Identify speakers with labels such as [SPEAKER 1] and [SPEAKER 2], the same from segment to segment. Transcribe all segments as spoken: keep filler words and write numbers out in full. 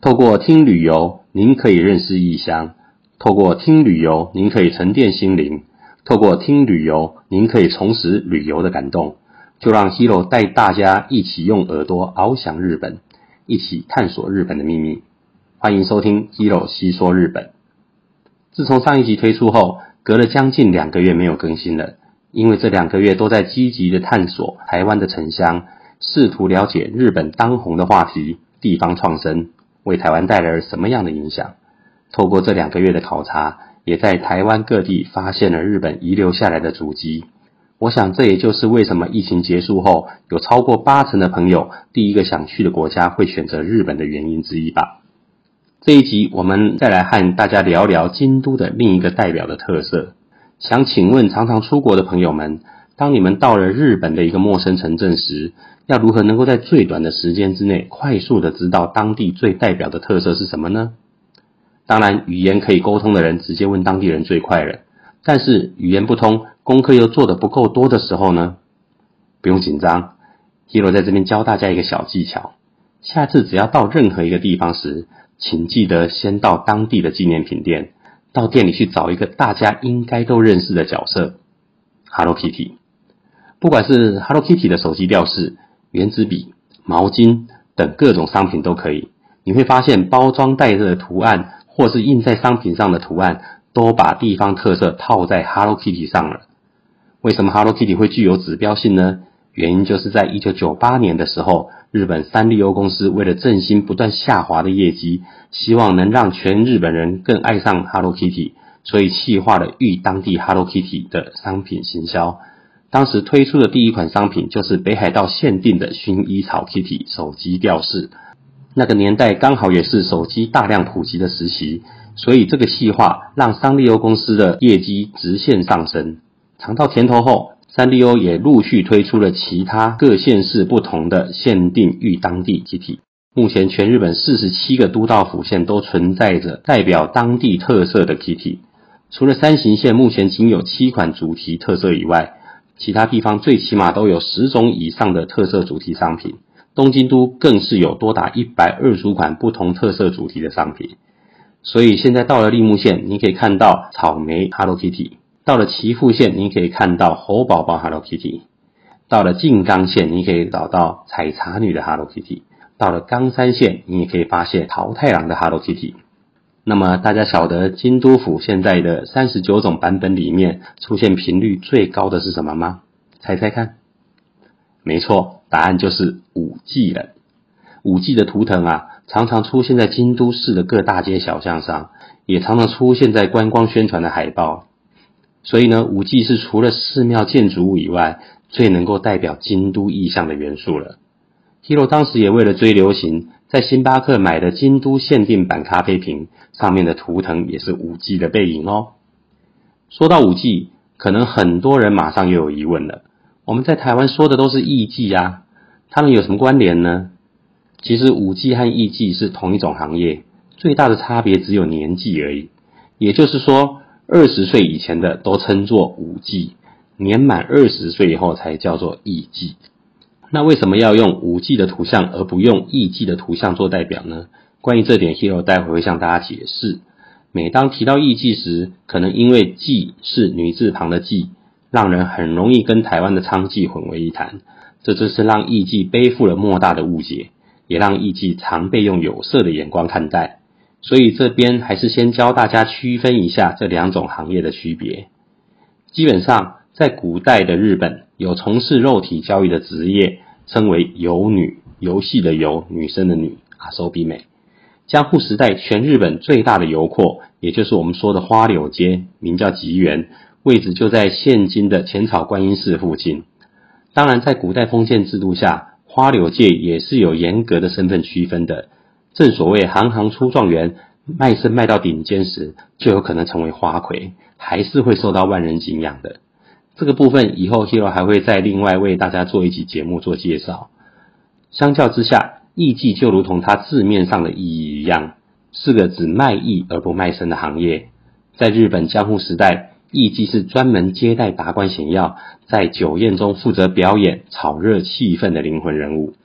[SPEAKER 1] 透过听旅游，您可以认识异乡；透过听旅游，您可以沉淀心灵；透过听旅游，您可以重拾旅游的感动。就让 Hiro 带大家一起用耳朵翱翔日本，一起探索日本的秘密。欢迎收听 Hiro 细说日本。自从上一集推出后，隔了将近两个月没有更新了，因为这两个月都在积极的探索台湾的城乡，试图了解日本当红的话题地方创生为台湾带来了什么样的影响。透过这两个月的考察，也在台湾各地发现了日本遗留下来的足迹。我想这也就是为什么疫情结束后，有超过八成的朋友第一个想去的国家会选择日本的原因之一吧。这一集我们再来和大家聊聊京都的另一个代表的特色。想请问常常出国的朋友们，当你们到了日本的一个陌生城镇时，要如何能够在最短的时间之内快速的知道当地最代表的特色是什么呢？当然语言可以沟通的人直接问当地人最快了，但是语言不通，功课又做得不够多的时候呢？不用紧张， Hiro 在这边教大家一个小技巧。下次只要到任何一个地方时，请记得先到当地的纪念品店，到店里去找一个大家应该都认识的角色 Hello Kitty。 不管是 Hello Kitty 的手机吊饰、原子笔、毛巾等各种商品都可以。你会发现包装袋的图案或是印在商品上的图案都把地方特色套在 Hello Kitty 上了。为什么 Hello Kitty 会具有指标性呢？原因就是在一九九八年的时候，日本三丽鸥公司为了振兴不断下滑的业绩，希望能让全日本人更爱上 Hello Kitty， 所以企划了寓当地 Hello Kitty 的商品行销。当时推出的第一款商品就是北海道限定的薰衣草 Kitty 手机吊饰。那个年代刚好也是手机大量普及的时期，所以这个企划让三丽鸥公司的业绩直线上升。尝到甜头后，三丽鸥也陆续推出了其他各县市不同的限定寓当地 Kitty。 目前全日本四十七个都道府县都存在着代表当地特色的 Kitty。 除了山形县目前仅有七款主题特色以外，其他地方最起码都有十种以上的特色主题商品。东京都更是有多达一百二十五款不同特色主题的商品。所以现在到了立木县，你可以看到草莓 Hello Kitty，到了岐阜县你可以看到猴宝宝 Hello Kitty， 到了静冈县你可以找到采茶女的 Hello Kitty， 到了冈山县你也可以发现桃太郎的 Hello Kitty。 那么大家晓得京都府现在的三十九种版本里面出现频率最高的是什么吗？猜猜看。没错，答案就是五 G 了。五 G 的图腾啊，常常出现在京都市的各大街小巷上，也常常出现在观光宣传的海报。所以呢，五 G 是除了寺庙建筑物以外，最能够代表京都意象的元素了。Hiro 当时也为了追流行，在星巴克买的京都限定版咖啡瓶，上面的图腾也是五 G 的背影哦。说到五 G， 可能很多人马上又有疑问了，我们在台湾说的都是艺伎啊，它们有什么关联呢？其实五 G 和艺伎是同一种行业，最大的差别只有年纪而已。也就是说二十岁以前的都称作五 G， 年满二十岁以后才叫做艺伎。那为什么要用五 G 的图像而不用艺伎的图像做代表呢？关于这点 Hiro 待会会向大家解释。每当提到艺伎时，可能因为伎是女字旁的伎，让人很容易跟台湾的娼妓混为一谈，这就是让艺伎背负了莫大的误解，也让艺伎常被用有色的眼光看待。所以这边还是先教大家区分一下这两种行业的区别。基本上在古代的日本，有从事肉体交易的职业称为游女，游戏的游，女生的女，阿收比美。江户时代全日本最大的油库，也就是我们说的花柳街，名叫吉原，位置就在现今的浅草观音寺附近。当然在古代封建制度下，花柳界也是有严格的身份区分的。正所谓行行出状元，卖身卖到顶尖时，就有可能成为花魁，还是会受到万人敬仰的。这个部分以后 Hiro 还会再另外为大家做一集节目做介绍。相较之下，艺伎就如同它字面上的意义一样，是个只卖艺而不卖身的行业。在日本江户时代，艺伎是专门接待达官显要，在酒宴中负责表演炒热气氛的灵魂人物。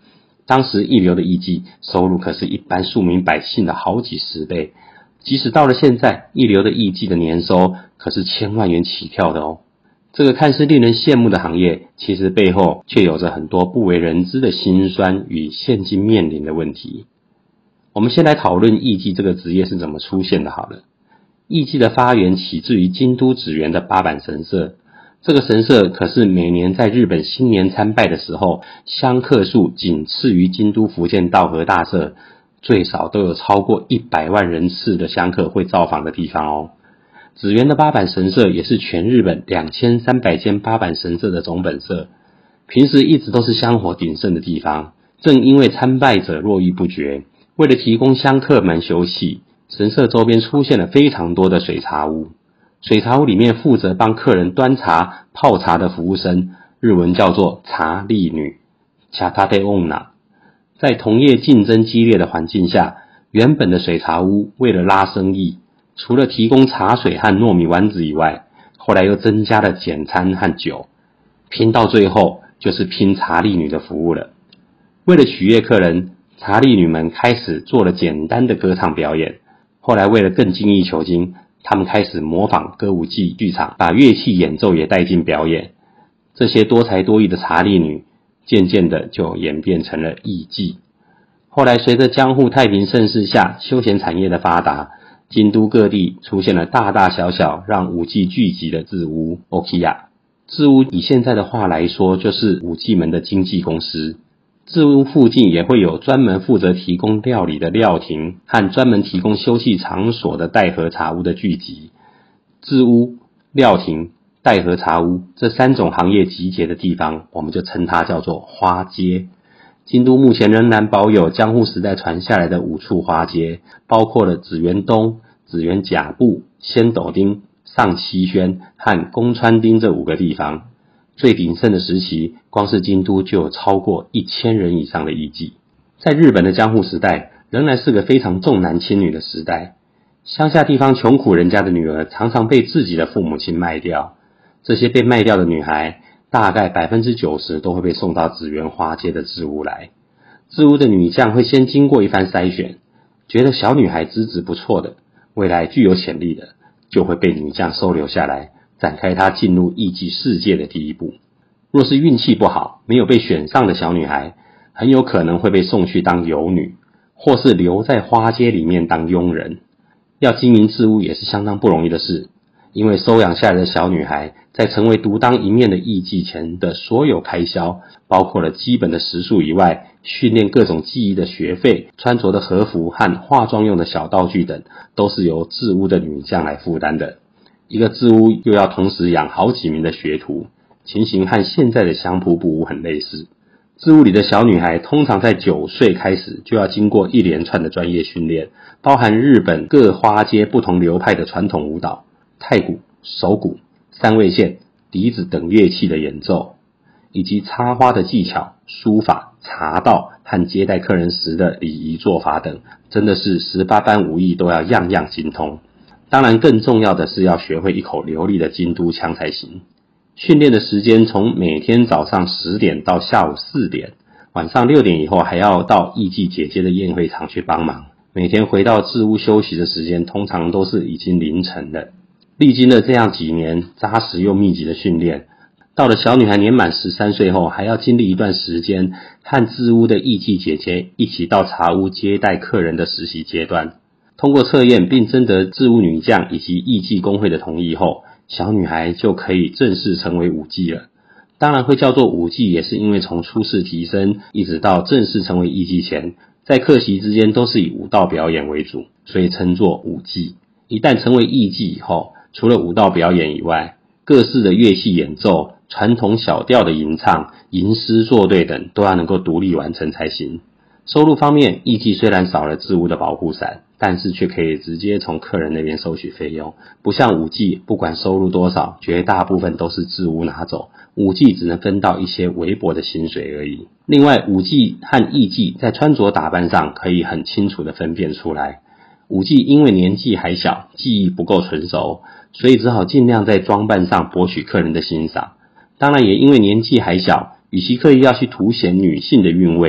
[SPEAKER 1] 当时一流的艺妓收入可是一般庶民百姓的好几十倍，即使到了现在，一流的艺妓的年收可是千万元起跳的哦。这个看似令人羡慕的行业，其实背后却有着很多不为人知的辛酸与现今面临的问题。我们先来讨论艺妓这个职业是怎么出现的好了。艺妓的发源起自于京都紫园的八坂神社，这个神社可是每年在日本新年参拜的时候，香客数仅次于京都伏见道和大社，最少都有超过一百万人次的香客会造访的地方哦。紫园的八坂神社也是全日本两千三百间八坂神社的总本社，平时一直都是香火鼎盛的地方。正因为参拜者络绎不绝，为了提供香客们休息，神社周边出现了非常多的水茶屋。水茶屋里面负责帮客人端茶泡茶的服务生，日文叫做茶丽女 Chakate Onna。 在同业竞争激烈的环境下，原本的水茶屋为了拉生意，除了提供茶水和糯米丸子以外，后来又增加了简餐和酒，拼到最后就是拼茶丽女的服务了。为了取悦客人，茶丽女们开始做了简单的歌唱表演，后来为了更精益求精，他们开始模仿歌舞伎剧场，把乐器演奏也带进表演。这些多才多艺的茶丽女渐渐的就演变成了艺妓。后来随着江户太平盛世下休闲产业的发达，京都各地出现了大大小小让舞妓聚集的制屋 Okiya。 制屋以现在的话来说，就是舞妓们的经纪公司。制屋附近也会有专门负责提供料理的料亭和专门提供休息场所的代和茶屋的聚集。制屋、料亭、代和茶屋这三种行业集结的地方，我们就称它叫做花街。京都目前仍然保有江户时代传下来的五处花街，包括了紫园东、紫园甲部、仙斗町、上西轩和宫川町这五个地方。最鼎盛的时期，光是京都就有超过一千人以上的艺妓。在日本的江户时代，仍然是个非常重男轻女的时代。乡下地方穷苦人家的女儿常常被自己的父母亲卖掉，这些被卖掉的女孩，大概 百分之九十 都会被送到紫园花街的制屋来。制屋的女将会先经过一番筛选，觉得小女孩资质不错的，未来具有潜力的，就会被女将收留下来，展开她进入艺妓世界的第一步。若是运气不好，没有被选上的小女孩，很有可能会被送去当游女，或是留在花街里面当佣人。要经营制屋也是相当不容易的事，因为收养下来的小女孩在成为独当一面的艺妓前的所有开销，包括了基本的食宿以外，训练各种技艺的学费、穿着的和服和化妆用的小道具等，都是由制屋的女将来负担的。一个制屋又要同时养好几名的学徒，情形和现在的香蒲布屋很类似。制屋里的小女孩通常在九岁开始就要经过一连串的专业训练，包含日本各花街不同流派的传统舞蹈、太鼓、手鼓、三味线、笛子等乐器的演奏，以及插花的技巧、书法、茶道和接待客人时的礼仪做法等，真的是十八般武艺都要样样精通。当然更重要的是要学会一口流利的京都腔才行。训练的时间从每天早上十点到下午四点，晚上六点以后还要到艺妓姐姐的宴会场去帮忙。每天回到制屋休息的时间通常都是已经凌晨了。历经了这样几年扎实又密集的训练，到了小女孩年满十三岁后，还要经历一段时间和制屋的艺妓姐姐一起到茶屋接待客人的实习阶段。通过测验并征得制屋女将以及艺妓工会的同意后，小女孩就可以正式成为舞妓了。当然会叫做舞妓，也是因为从初试提升一直到正式成为艺妓前，在课习之间都是以舞蹈表演为主，所以称作舞妓。一旦成为艺妓以后，除了舞蹈表演以外，各式的乐器演奏、传统小调的吟唱、吟诗作对等都要能够独立完成才行。收入方面，艺妓虽然少了制屋的保护伞，但是却可以直接从客人那边收取费用，不像舞妓，不管收入多少，绝大部分都是制屋拿走，舞妓只能分到一些微薄的薪水而已。另外，舞妓和艺妓在穿着打扮上可以很清楚地分辨出来。舞妓因为年纪还小，技艺不够纯熟，所以只好尽量在装扮上博取客人的欣赏。当然也因为年纪还小，与其刻意要去凸显女性的韵味，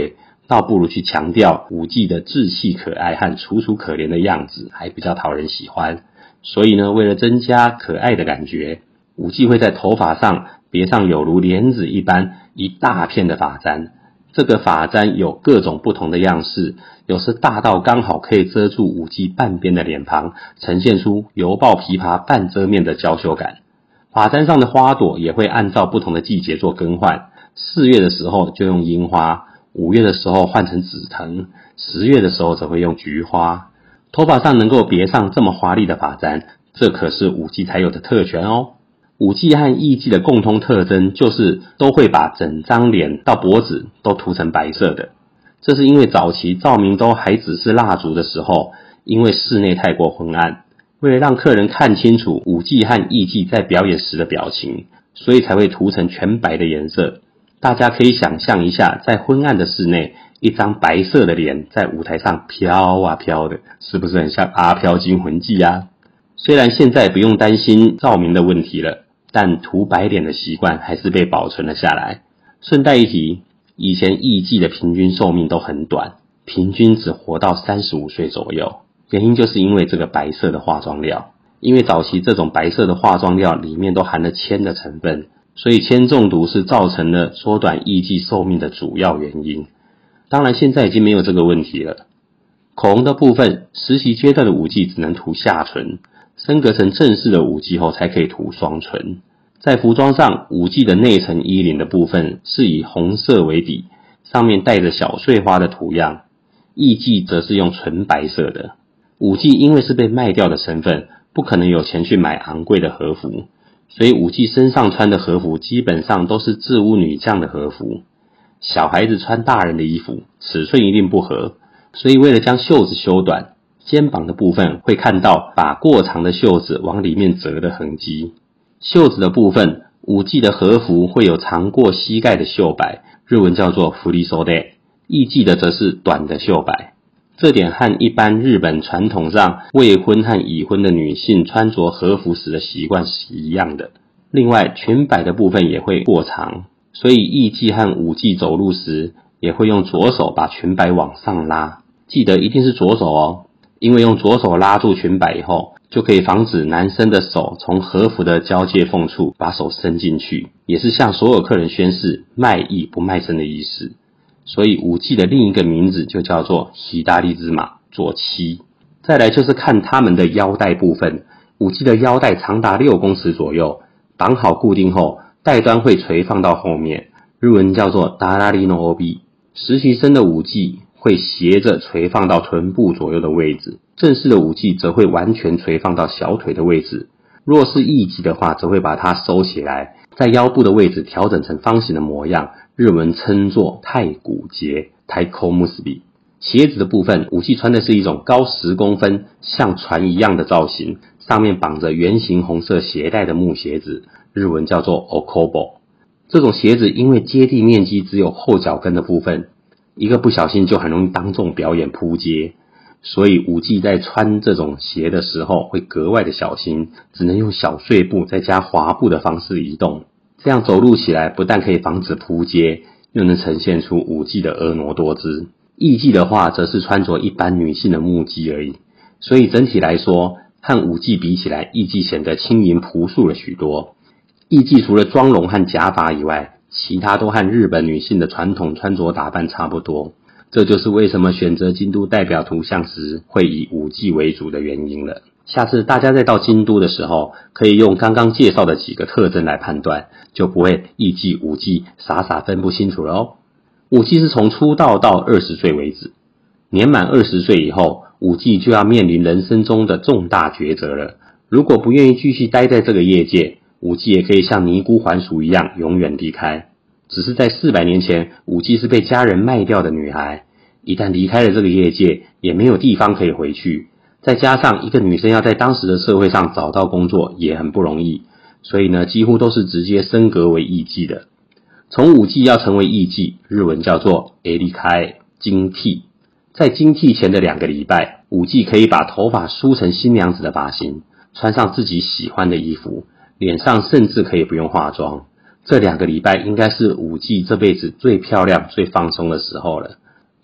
[SPEAKER 1] 倒不如去强调舞伎的稚气可爱和楚楚可怜的样子，还比较讨人喜欢。所以呢，为了增加可爱的感觉，舞伎会在头发上别上有如帘子一般一大片的发簪。这个发簪有各种不同的样式，有时大到刚好可以遮住舞伎半边的脸庞，呈现出犹抱琵琶半遮面的娇羞感。发簪上的花朵也会按照不同的季节做更换，四月的时候就用樱花，五月的时候换成紫藤，十月的时候则会用菊花。头发上能够别上这么华丽的发簪，这可是舞伎才有的特权哦。舞伎和艺伎的共通特征就是都会把整张脸到脖子都涂成白色的。这是因为早期照明都还只是蜡烛的时候，因为室内太过昏暗，为了让客人看清楚舞伎和艺伎在表演时的表情，所以才会涂成全白的颜色。大家可以想象一下，在昏暗的室内，一张白色的脸在舞台上飘啊飘的，是不是很像阿飘惊魂记啊？虽然现在不用担心照明的问题了，但涂白脸的习惯还是被保存了下来。顺带一提，以前艺伎的平均寿命都很短，平均只活到三十五岁左右，原因就是因为这个白色的化妆料。因为早期这种白色的化妆料里面都含了铅的成分，所以铅中毒是造成了缩短艺伎寿命的主要原因。当然现在已经没有这个问题了。口红的部分，实习阶段的舞伎只能涂下唇，升格成正式的舞伎后才可以涂双唇。在服装上，舞伎的内层衣领的部分是以红色为底，上面带着小碎花的图样，艺伎则是用纯白色的。舞伎因为是被卖掉的身份，不可能有钱去买昂贵的和服，所以舞伎身上穿的和服基本上都是置物女将的和服。小孩子穿大人的衣服，尺寸一定不合，所以为了将袖子修短，肩膀的部分会看到把过长的袖子往里面折的痕迹。袖子的部分，舞伎的和服会有长过膝盖的袖摆，日文叫做フリソデ，艺伎的则是短的袖摆。这点和一般日本传统上未婚和已婚的女性穿着和服时的习惯是一样的。另外，裙摆的部分也会过长，所以艺伎和舞伎走路时也会用左手把裙摆往上拉，记得一定是左手哦，因为用左手拉住裙摆以后，就可以防止男生的手从和服的交界缝处把手伸进去，也是向所有客人宣示卖艺不卖身的意思。所以舞伎的另一个名字就叫做左之马，左七。再来就是看他们的腰带部分，舞伎的腰带长达六公尺左右，绑好固定后，带端会垂放到后面，日文叫做达拉利诺 O B。实习生的舞伎会斜着垂放到臀部左右的位置，正式的舞伎则会完全垂放到小腿的位置。若是艺伎的话，则会把它收起来，在腰部的位置调整成方形的模样，日文称作太鼓结 Taiko Musubi。 鞋子的部分，舞伎穿的是一种高十公分像船一样的造型，上面绑着圆形红色鞋带的木鞋子，日文叫做 Okobo。 这种鞋子因为接地面积只有后脚跟的部分，一个不小心就很容易当众表演扑街，所以舞伎在穿这种鞋的时候会格外的小心，只能用小碎步再加滑步的方式移动，这样走路起来不但可以防止扑街，又能呈现出舞伎的婀娜多姿。艺伎的话则是穿着一般女性的木屐而已，所以整体来说和舞伎比起来，艺伎显得轻盈朴素了许多。艺伎除了妆容和假发以外，其他都和日本女性的传统穿着打扮差不多，这就是为什么选择京都代表图像时会以舞伎为主的原因了。下次大家再到京都的时候，可以用刚刚介绍的几个特征来判断，就不会艺伎舞伎傻傻分不清楚了哦。舞伎是从出道到二十岁为止，年满二十岁以后，舞伎就要面临人生中的重大抉择了。如果不愿意继续待在这个业界，舞伎也可以像尼姑还俗一样永远离开。只是在四百年前，舞伎是被家人卖掉的女孩，一旦离开了这个业界，也没有地方可以回去。再加上一个女生要在当时的社会上找到工作也很不容易，所以呢，几乎都是直接升格为艺伎的。从舞伎要成为艺伎，日文叫做エリカエ精剃。在精剃前的两个礼拜，舞伎可以把头发梳成新娘子的发型，穿上自己喜欢的衣服，脸上甚至可以不用化妆。这两个礼拜应该是舞伎这辈子最漂亮最放松的时候了。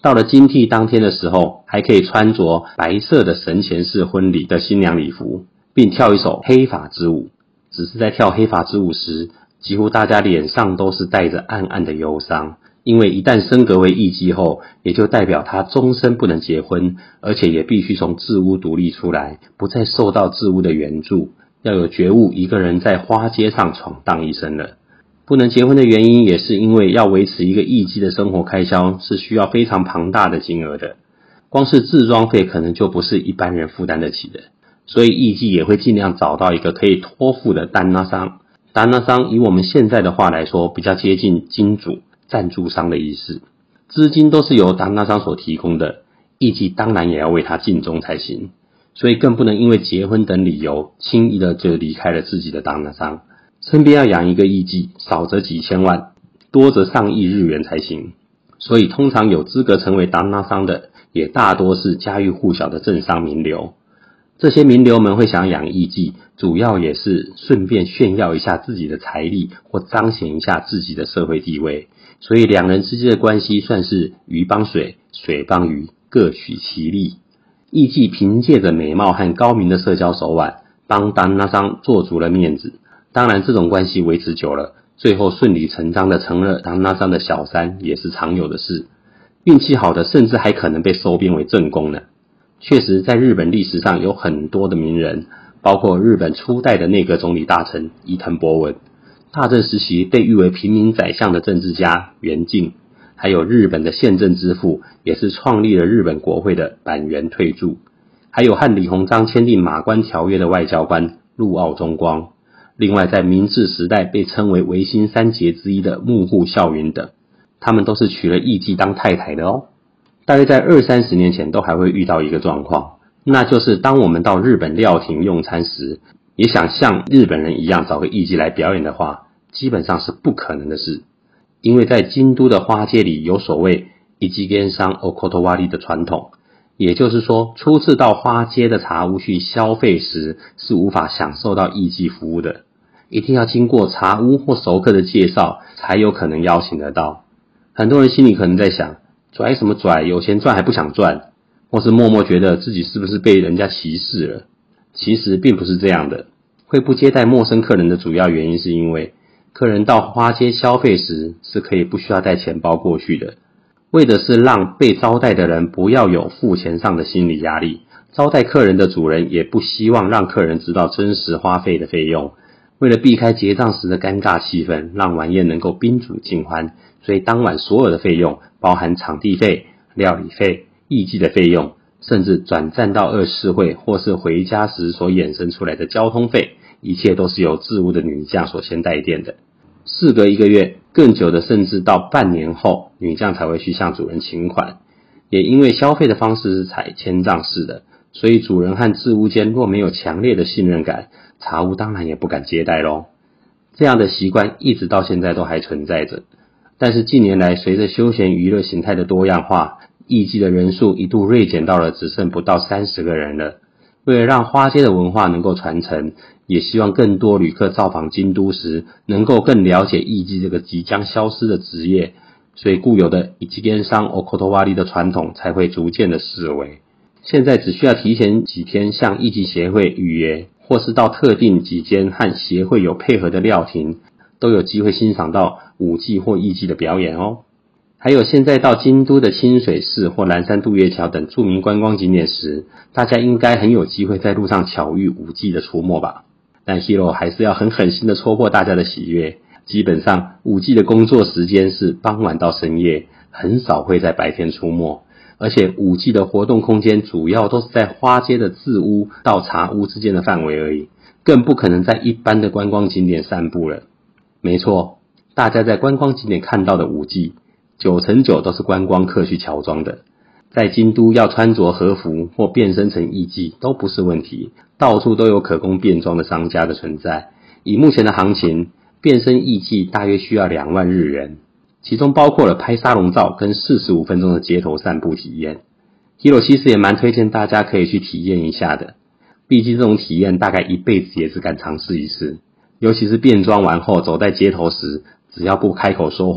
[SPEAKER 1] 到了金替当天的时候，还可以穿着白色的神前式婚礼的新娘礼服，并跳一首黑发之舞。只是在跳黑发之舞时，几乎大家脸上都是带着暗暗的忧伤，因为一旦升格为艺妓后，也就代表她终身不能结婚，而且也必须从治污独立出来，不再受到治污的援助，要有觉悟，一个人在花街上闯荡一生了。不能结婚的原因也是因为要维持一个艺妓的生活开销是需要非常庞大的金额的，光是治装费可能就不是一般人负担得起的，所以艺妓也会尽量找到一个可以托付的旦那桑。旦那桑以我们现在的话来说，比较接近金主、赞助商的意思，资金都是由旦那桑所提供的，艺妓当然也要为他尽忠才行，所以更不能因为结婚等理由轻易的就离开了自己的旦那桑。身边要养一个艺妓，少则几千万，多则上亿日元才行，所以通常有资格成为旦那桑的，也大多是家喻户晓的政商名流。这些名流们会想养艺妓，主要也是顺便炫耀一下自己的财力，或彰显一下自己的社会地位，所以两人之间的关系算是鱼帮水，水帮鱼，各取其利。艺妓凭借着美貌和高明的社交手腕，帮旦那桑做足了面子，当然这种关系维持久了，最后顺理成章的成了旦那桑的小三也是常有的事，运气好的甚至还可能被收编为正宫呢。确实在日本历史上有很多的名人，包括日本初代的内阁总理大臣伊藤博文，大正时期被誉为平民宰相的政治家源敬，还有日本的宪政之父，也是创立了日本国会的坂原退助，还有和李鸿章签订马关条约的外交官陆奥中光，另外在明治时代被称为维新三杰之一的幕户孝允等，他们都是娶了艺妓当太太的哦。大约在二三十年前都还会遇到一个状况，那就是当我们到日本料亭用餐时，也想像日本人一样找个艺妓来表演的话，基本上是不可能的事。因为在京都的花街里有所谓一伎gen商 okotowari 的传统，也就是说初次到花街的茶屋去消费时是无法享受到艺妓服务的，一定要经过茶屋或熟客的介绍才有可能邀请得到。很多人心里可能在想，拽什么拽，有钱赚还不想赚，或是默默觉得自己是不是被人家歧视了。其实并不是这样的，会不接待陌生客人的主要原因是因为客人到花街消费时是可以不需要带钱包过去的，为的是让被招待的人不要有付钱上的心理压力，招待客人的主人也不希望让客人知道真实花费的费用，为了避开结账时的尴尬气氛，让晚宴能够宾主尽欢，所以当晚所有的费用，包含场地费、料理费、艺妓的费用，甚至转站到二世会或是回家时所衍生出来的交通费，一切都是由自屋的女将所先代垫的。事隔一个月，更久的甚至到半年后，女将才会去向主人请款。也因为消费的方式是采签账式的，所以主人和自屋间若没有强烈的信任感，茶屋当然也不敢接待咯。这样的习惯一直到现在都还存在着。但是近年来随着休闲娱乐形态的多样化，艺妓的人数一度锐减到了只剩不到三十个人了。为了让花街的文化能够传承，也希望更多旅客造访京都时能够更了解艺妓这个即将消失的职业，所以固有的一伎gen商 okotowari 的传统才会逐渐的式微。现在只需要提前几天向艺妓协会预约，或是到特定几间和协会有配合的料亭，都有机会欣赏到舞妓或艺妓的表演哦。还有现在到京都的清水寺或岚山渡月桥等著名观光景点时，大家应该很有机会在路上巧遇舞妓的出没吧。但 Hiro 还是要很狠心的戳破大家的喜悦，基本上舞妓的工作时间是傍晚到深夜，很少会在白天出没，而且舞妓的活动空间主要都是在花街的自屋到茶屋之间的范围而已，更不可能在一般的观光景点散步了。没错，大家在观光景点看到的舞妓九成九都是观光客去乔装的，在京都要穿着和服或变身成艺妓都不是问题，到处都有可供变装的商家的存在。以目前的行情，变身艺妓大约需要两万日元，其中包括了拍沙龙照跟四十五分钟的街头散步体验。Hiro 其实也蛮推荐大家可以去体验一下的，毕竟这种体验大概一辈子也只敢尝试一次，尤其是变装完后走在街头时，只要不开口说话，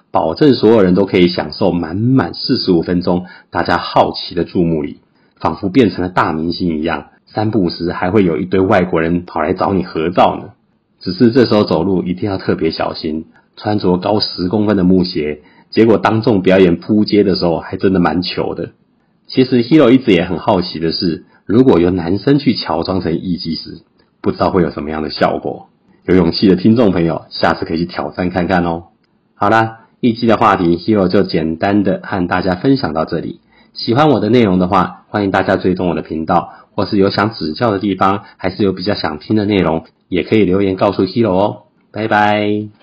[SPEAKER 1] 保证所有人都可以享受满满四十五分钟大家好奇的注目礼，仿佛变成了大明星一样，三不五时还会有一堆外国人跑来找你合照呢。只是这时候走路一定要特别小心，穿着高十公分的木鞋，结果当众表演扑街的时候还真的蛮糗的。其实 Hiro 一直也很好奇的是，如果由男生去乔装成艺伎时，不知道会有什么样的效果。有勇气的听众朋友，下次可以去挑战看看哦。好啦，艺伎的话题 Hiro 就简单的和大家分享到这里。喜欢我的内容的话，欢迎大家追踪我的频道，或是有想指教的地方，还是有比较想听的内容，也可以留言告诉 Hiro 哦。拜拜。